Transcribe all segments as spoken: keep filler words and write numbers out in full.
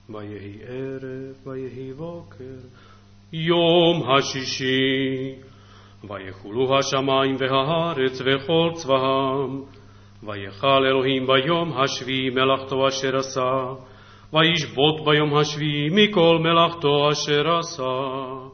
ויהי ערב, ויהי בוקר, יום השישי. ויחולו השמיים והארץ וכל צבאם. ויחל אלוהים ביום השביעי מלאכתו אשר עשה, וישבות ביום השביעי מכל מלאכתו אשר עשה.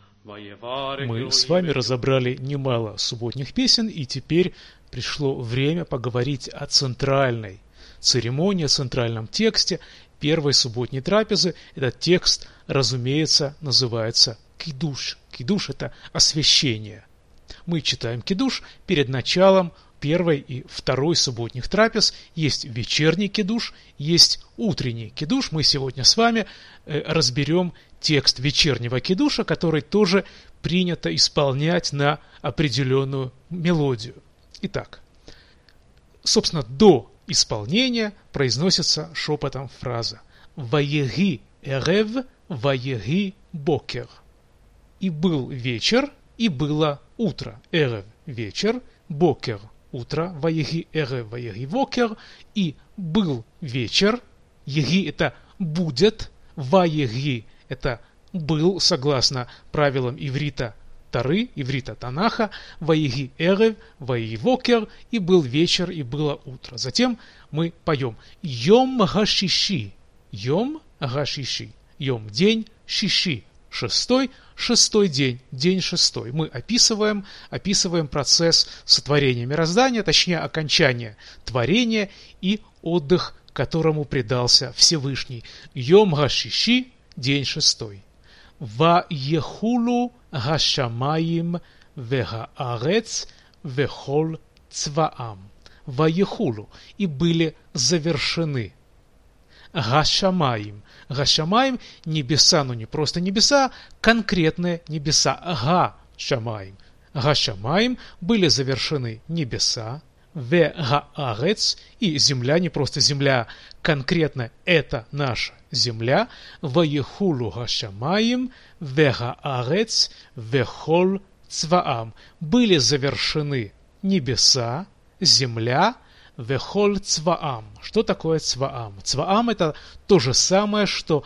Мы с вами разобрали немало субботних песен, и теперь пришло время поговорить о центральной церемонии, о центральном тексте первой субботней трапезы. Этот текст, разумеется, называется кидуш. Кидуш – это освящение. Мы читаем кидуш перед началом первой и второй субботних трапез. Есть вечерний кидуш, есть утренний кидуш. Мы сегодня с вами э, разберем текст вечернего кидуша, который тоже принято исполнять на определенную мелодию. Итак, собственно, до исполнения произносится шепотом фраза «Ваеги эрев, ваеги бокер». И был вечер, и было утро. Эрев – вечер, бокер – утро, ваеги эрев, ваеги бокер. И был вечер, еги – это будет, ваеги – это был, согласно правилам иврита Тары, иврита Танаха, ваеги эрев, ваеги бокер, и был вечер, и было утро. Затем мы поем Йом гашиши, Йом гашиши, Йом – день, шиши – шестой, шестой день, день шестой. Мы описываем, описываем процесс сотворения мироздания, точнее окончание творения и отдых, которому предался Всевышний. Йом гашиши, день шестой. Ва ехулу гашамаим вегаарец вехол цваам. Ва ехулу, и были завершены. Гашамаим. Гашамаим – небеса, но не просто небеса, конкретные небеса. Га-шамаим. Гашамаим были завершены небеса. Вегаарец, и земля, не просто земля, конкретно это наша земля. Ваехулу гашамаим вегаарец вехол цваам. Были завершены небеса, земля, вехол цваам. Что такое цваам? Цваам – это то же самое, что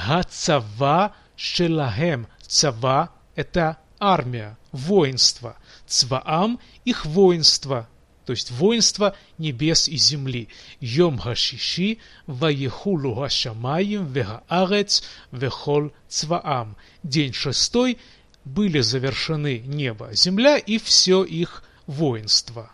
гацава шелахем. Цава – это армия, воинство. Цваам – их воинство. То есть воинство небес и земли. Йом гашиши, ваехулу гашамаим, вегаарец, вехол цваам. День шестой были завершены небо, земля и все их воинство.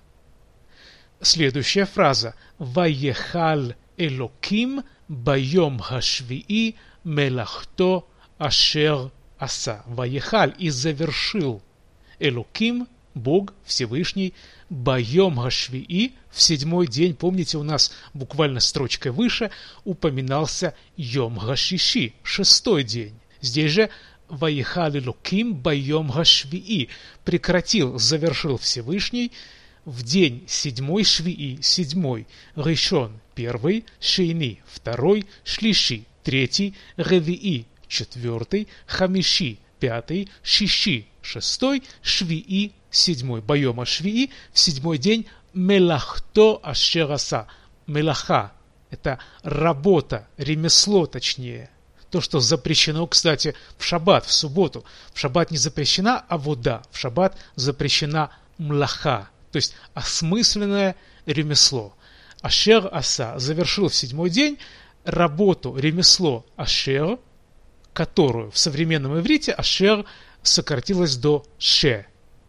Следующая фраза. Ваехал элоким байом гашвии мелахто ашер аса. Ваехал и завершил элоким, Бог Всевышний, байом гашвии, в седьмой день, помните, у нас буквально строчкой выше упоминался йом гашиши, шестой день. Здесь же ваехал элоким байом гашвии, прекратил, завершил Всевышний в день седьмой швии, седьмой, ришон, первый, шейни, второй, шлиши, третий, ревии, четвертый, хамиши, пятый, шиши, шестой, швии, седьмой. Байома швии, в седьмой день, мелахто ашер аса. Мелаха – это работа, ремесло точнее. То, что запрещено, кстати, в шаббат, в субботу. В шаббат не запрещена авода, в шаббат запрещена млаха, то есть осмысленное ремесло. Ашер аса завершил в седьмой день работу, ремесло ашер, которую в современном иврите ашер сократилось до ше.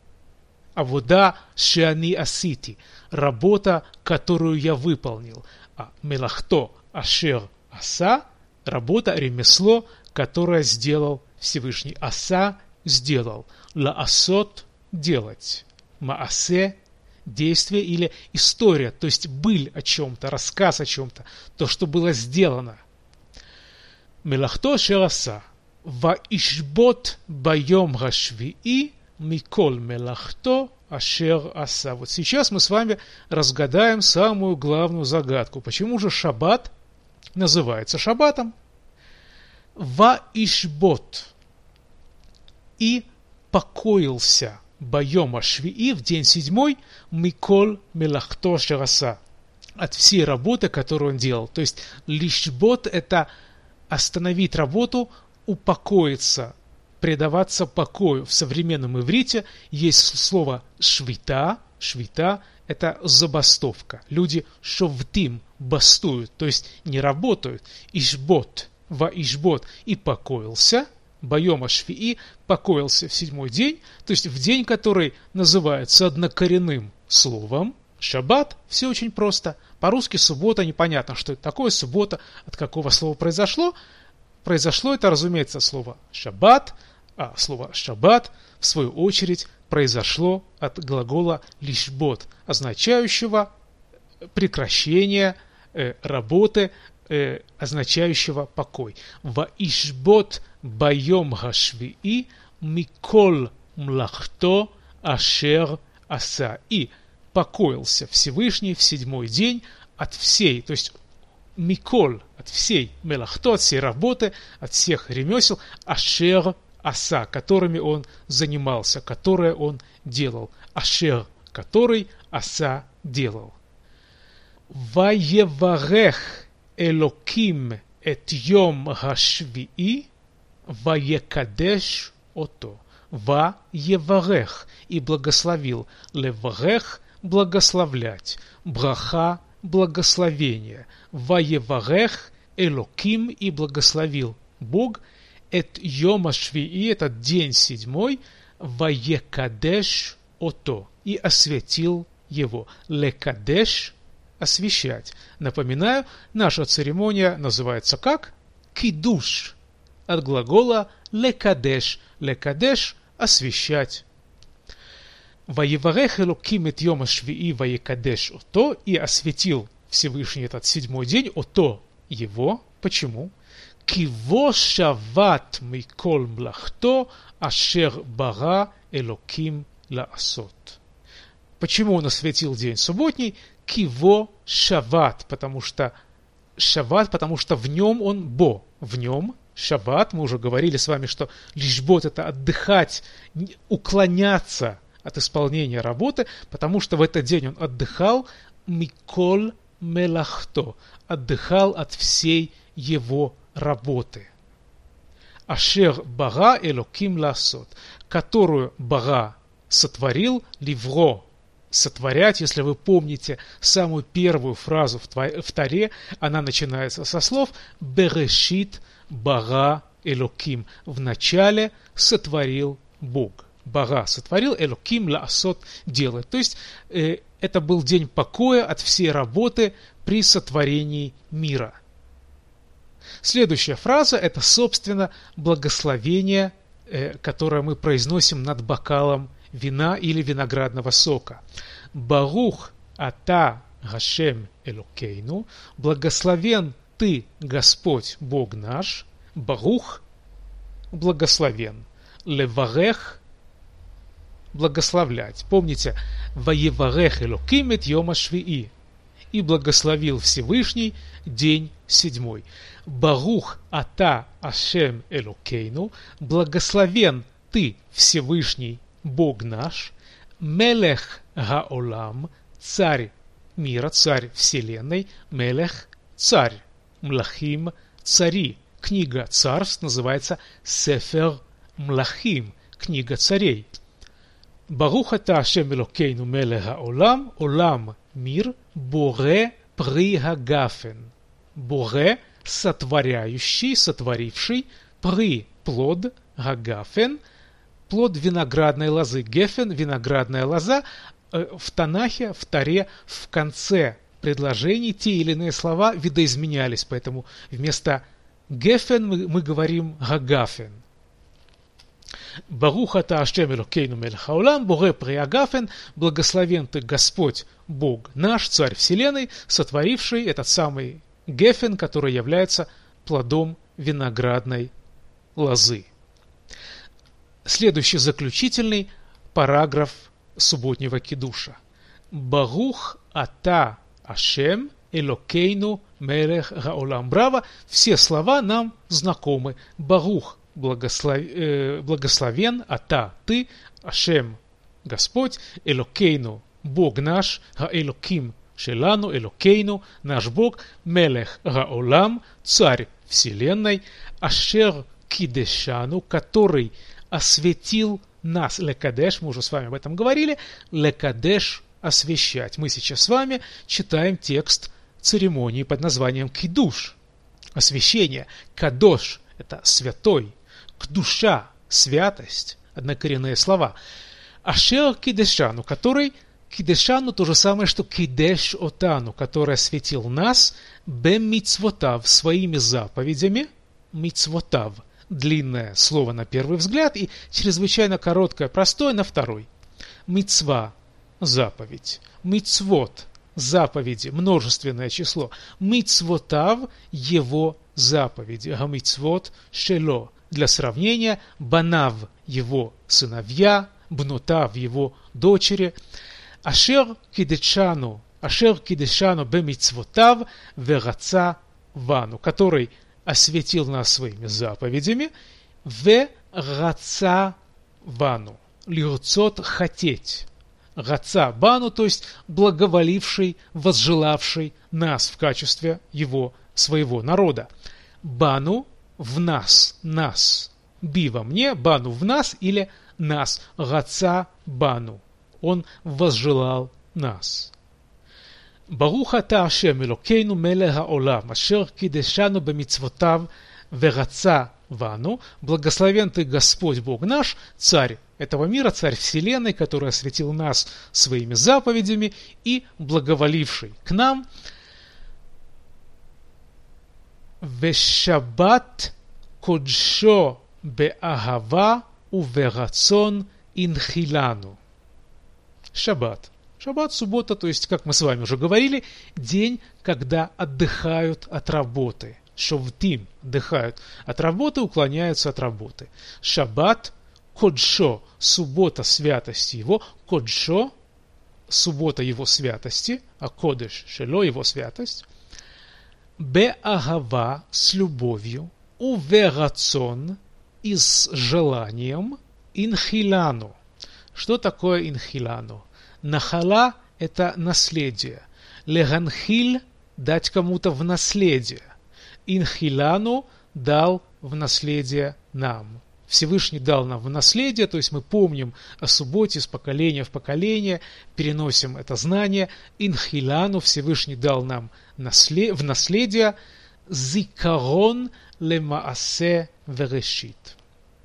Авода шеани асити, работа, которую я выполнил. А мелахто ашер аса, работа, ремесло, которое сделал Всевышний. Аса сделал. Лаасот делать. Маасе действие или история, то есть быль о чем-то, рассказ о чем-то, то, что было сделано. Мелахто ашер аса. Ваишбот байом гашвии микол мелахто ашер аса. Вот сейчас мы с вами разгадаем самую главную загадку. Почему же шаббат называется шаббатом? Ваишбот. И покоился байом ашвии в день седьмой микол мелахто ашер аса. От всей работы, которую он делал. То есть лишбот – это остановить работу, упокоиться, предаваться покою. В современном иврите есть слово швита. Швита – это забастовка. Люди шовтим, бастуют, то есть не работают. Ишбот, ва ишбот, и покоился. Байома швии, покоился в седьмой день, то есть в день, который называется однокоренным словом. Шаббат, все очень просто. По-русски суббота, непонятно, что это такое. Суббота, от какого слова произошло? Произошло это, разумеется, слово шаббат, а слово шаббат, в свою очередь, произошло от глагола лишбот, означающего прекращение э, работы, э, означающего покой. Ва ишбот байом хашвии микол млахто ашер аса. И покоился Всевышний в седьмой день от всей, то есть миколь, от всей мелахто, от всей работы, от всех ремесел, ашер аса, которыми он занимался, которые он делал. Ашер, который аса делал. Ваеварех элоким эт йом хашвии ваекадеш ото. Ваеварех, и благословил. Леварех, благословлять. Браха, благословение. Ваеварех элоким, и благословил Бог. Эт йома швии, этот день седьмой, ваекадеш ото, и осветил его. Лекадеш, освящать. Напоминаю, наша церемония называется как? Кидуш. От глагола лекадеш. Лекадеш, освящать. Ваеварех элоким эт йома швии ваекадеш ото, и осветил Всевышний этот седьмой день, ото, его. Почему? Киво шават микол млахто ашер бара элоким лаасот. Почему он осветил день субботний? Киво шават, потому что шават, потому что в нем он бо, в нем шават. Мы уже говорили с вами, что лишбот — это отдыхать, уклоняться от исполнения работы, потому что в этот день он отдыхал микол мелахто, отдыхал от всей его работы. Ашер бара элоким ласот, которую бара сотворил, ливро, сотворять. Если вы помните самую первую фразу в Торе, она начинается со слов берешит бара элоким. В начале сотворил Бог. Бара сотворил, элоким ласот делать. То есть э, это был день покоя от всей работы при сотворении мира. Следующая фраза – это, собственно, благословение, э, которое мы произносим над бокалом вина или виноградного сока. Барух ата Гашем Элокейну, благословен ты, Господь, Бог наш. Барух – благословен. Леварех – благословлять. Помните, Ваеварех Элоким эт йома швии, и благословил Всевышний день седьмой. Барух ата Ашем Элокейну, благословен ты, Всевышний, Бог наш. Мелех гаолам, царь мира, царь вселенной. Мелех, царь. Млахим, цари. Книга царств называется Сефер Млахим, книга царей. Барух ата Ашем Элокейну мелех гаолам, олам, мир, боре при хагафен. Боре – сотворяющий, сотворивший, при – плод, хагафен – плод виноградной лозы. Гефен – виноградная лоза. В Танахе, в Торе, в конце предложений те или иные слова видоизменялись, поэтому вместо гефен мы, мы говорим хагафен. Барух ата Ашем Элокейну мелех хаолам, боре при хагафен, благословен ты, Господь, Бог наш, Царь Вселенной, сотворивший этот самый гефен, который является плодом виноградной лозы. Следующий заключительный параграф субботнего кидуша. Барух ата Ашем Элокейну мелех хаолам. Браво, все слова нам знакомы. Барух – благослов... э, благословен, ата – ты, Ашем – Господь, Элокейну – Бог наш, хаэлоким шелану, Элокейну – наш Бог, мелех хаолам – царь Вселенной, ашер кидешану, который осветил нас, лекадеш, мы уже с вами об этом говорили, лекадеш – освящать. Мы сейчас с вами читаем текст церемонии под названием кидуш, освящение. Кадош – это святой, кдуша – святость, однокоренные слова. Ашер кидешану, который, кидешану то же самое, что кидеш отану, который осветил нас, бем мицвотав, своими заповедями, мицвотав, длинное слово на первый взгляд и чрезвычайно короткое, простое на второй. Мицва – заповедь. Мицвот – заповеди, множественное число. Мицвотав – его заповеди. Гамицвот шело. Для сравнения, банав – его сыновья, бнотав – его дочери. Ашер кидешану, ашер кидешану бемицвотав вераца вану, который осветил нас своими заповедями, в раца вану, лирцот хотеть, раца бану, то есть благоволивший, возжелавший нас в качестве его своего народа. Бану в нас, нас, би во мне, бану в нас или нас, раца бану, он возжелал нас. ברוך אתה השם אלוקינו מלך העולם אשר קידשנו במצוותיו ורצה бану. Благословен ты Господь Бог наш, царь этого мира, царь вселенной, который осветил нас своими заповедями и благоволивший к нам. Вешаббат кодшо беахава уверацон инхилану. Шаббат. Шаббат, суббота, то есть, как мы с вами уже говорили, день, когда отдыхают от работы. Шовтим, отдыхают от работы, уклоняются от работы. Шаббат, кодшо, суббота святости его, кодшо, суббота его святости, а кодеш, шело, его святость. Беагава, с любовью, уверацон, и с желанием, инхилану. Что такое инхилану? Нахала – это наследие. Леганхиль – дать кому-то в наследие. Инхилану дал в наследие нам. Всевышний дал нам в наследие, то есть мы помним о субботе с поколения в поколение, переносим это знание. Инхилану Всевышний дал нам наслед... в наследие зикарон лемаасе верешит.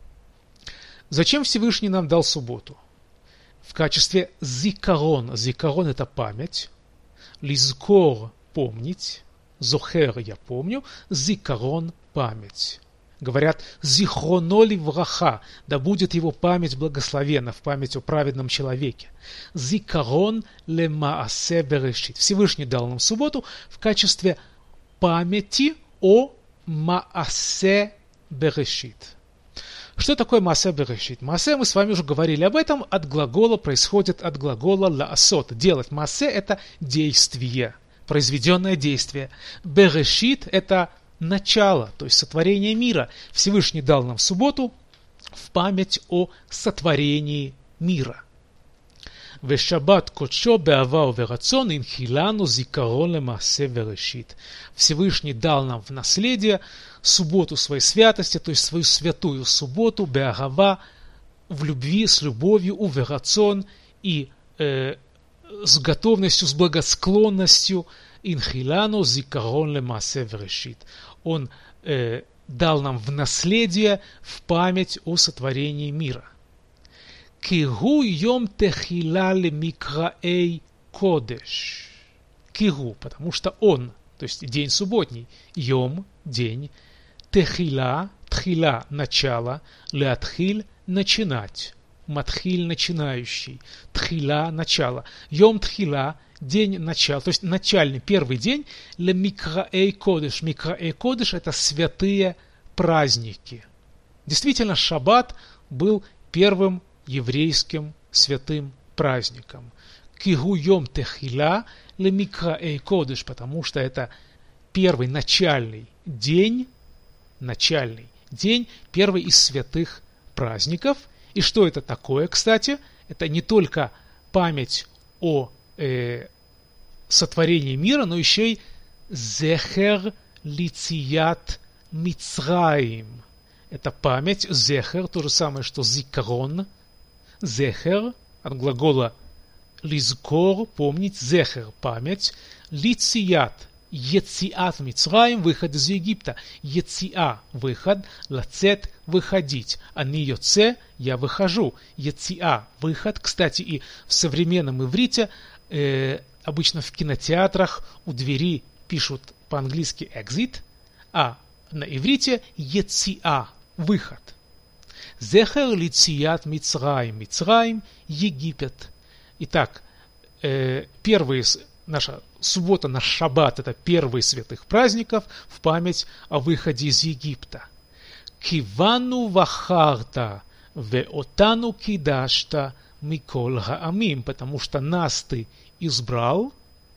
Зачем Всевышний нам дал субботу? В качестве зикарон. Зикарон – это память. Лизкор – помнить. Зохер – я помню. Зикарон – память. Говорят, зихроно ливраха, да будет его память благословена, в память о праведном человеке. Зикарон лемаасе берешит. Всевышний дал нам субботу в качестве памяти о маасе берешит. Что такое маасе берешит? Маасе, мы с вами уже говорили об этом, от глагола происходит от глагола лаасот. Делать. Маасе – это действие, произведенное действие. Берешит – это начало, то есть сотворение мира. Всевышний дал нам субботу в память о сотворении мира. Вешаббат кодшо беава уверацон инхилану зикарон лемаасе верешит. Всевышний дал нам в наследие субботу своей святости, то есть свою святую субботу, беагава, в любви, с любовью, уверацон и э, с готовностью, с благосклонностью, инхилану зикарон лемаасе верешит. Он э, дал нам в наследие, в память о сотворении мира. Кигу йом техила лемикраэй кодеш. Кигу, потому что он, то есть день субботний, йом, день, техила, тхила, начало, леатхиль, начинать, матхиль, начинающий, тхила, начало, йом тхила, день начала, то есть начальный, первый день, лемикраэй кодеш. Микраэй кодеш – это святые праздники. Действительно, шаббат был первым еврейским святым праздником. Кигу йом техила лемикраэй кодеш, потому что это первый начальный день, начальный день, первый из святых праздников. И что это такое, кстати? Это не только память о э, сотворении мира, но еще и зехер лицият Мицраим. Это память, зехер, то же самое, что зикрон. Зехер, от глагола лизкор, помнить, зехер, память. Лицият, ециат Мицраим, выход из Египта. Ециа, выход, лацет, выходить. Ани йоце, я выхожу. Ециа, выход. Кстати, и в современном иврите, э, обычно в кинотеатрах у двери пишут по-английски exit, а на иврите ециа, выход. Зехер лицият Мицраим. Мицраим, Египет. Итак, э, первые, наша суббота, наш шаббат, это первый из святых праздников в память о выходе из Египта. Кивану вахарта веотану кидашта микол хаамим, потому что нас ты избрал.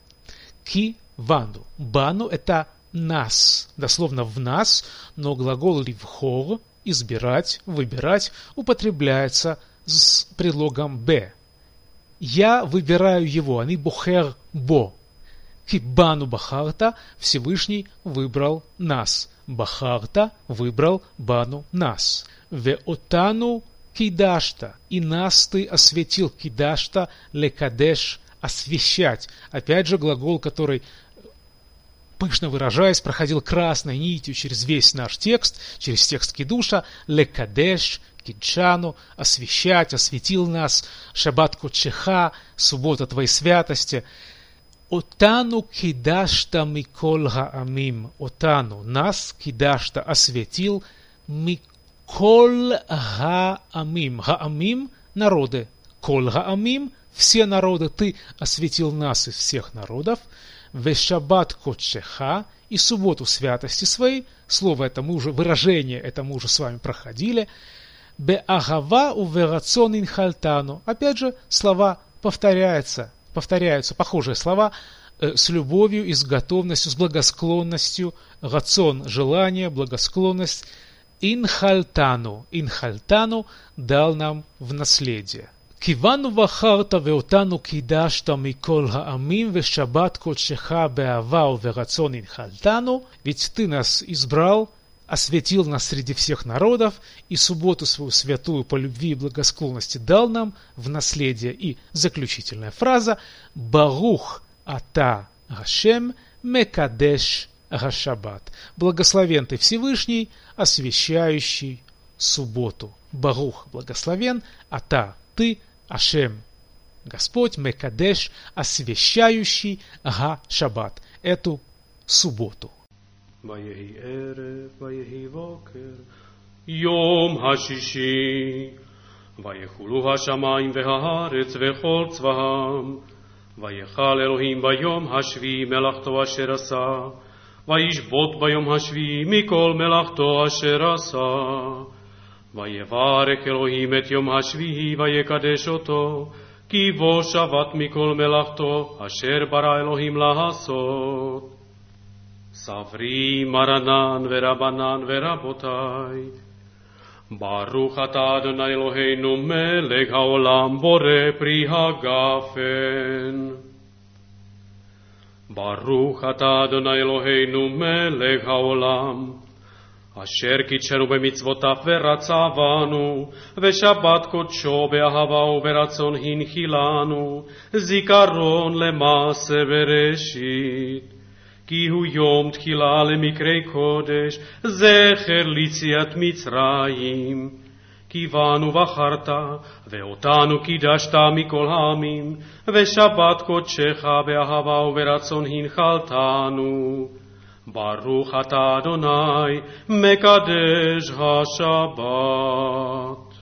Кивану. Бану это нас, дословно в нас, но глагол ливхор, избирать, выбирать, употребляется с предлогом б. Я выбираю его, они бохер бо. Кибану бахарта, Всевышний выбрал нас. Бахарта выбрал бану нас. Веотану кидашта, и нас ты осветил. Кидашта лекадеш, освещать. Опять же глагол, который, пышно выражаясь, проходил красной нитью через весь наш текст, через текст кидуша. Лекадеш, кидшану, освещать, осветил нас. Шаббат кодшеха, суббота твоей святости. Отану кидашта микол хаамим. Отану, нас кидашта, осветил. Микол хаамим. Хаамим, народы. Кол хаамим, все народы. Ты осветил нас из всех народов. Вешаббат кодшеха, и субботу святости своей. Слово это мы уже, выражение это мы уже с вами проходили. Беагава уверацон инхальтану. Опять же, слова повторяются, повторяются, похожие слова, э, с любовью и с готовностью, с благосклонностью. Рацон – желание, благосклонность. Инхальтану. Инхальтану дал нам в наследие. Кивану вахарта веотану кидашта микол хаамим вешаббат кодшеха беава уверацон инхальтану. Ведь ты нас избрал, осветил нас среди всех народов, и субботу свою святую по любви и благосклонности дал нам в наследие. И заключительная фраза: Барух ата Гашем мекадеш гашаббат. Благословен ты Всевышний, освящающий субботу. Барух, благословен, ата, ты, Ашем, Господь, мекадеш, освящающий га-шаббат, эту субботу. ויהי ערב, ויהי בוקר, יום השישי, ויחולו השמיים והארץ וכל צבאם, ויחל אלוהים ביום השביעי מלאכתו אשר עשה, וישבות ביום השביעי מכל מלאכתו אשר עשה, ויברך אלוהים את יום השביעי ויקדש אותו, כי בו שבת מכל מלאכתו אשר ברא אלוהים לעשות. סברי מרנן ורבנן ורבותיי, ברוך אתה אדוני אלוהינו מלך העולם בורא פרי הגפן. ברוך אתה אדוני אלוהינו מלך העולם, אשר קידשנו במצוותיו ורצה בנו, ושבת קודשו באהבה וברצון הנחילנו, זיכרון למעשה בראשית. כי הוא יום תחילה למקרי קודש, זכר ליציאת מצרים. כי בנו בחרת, ואותנו קידשת מכל העמים, ושבת קודשך באהבה וברצון הנחלתנו. ברוך אתה אדוני, מקדש השבת.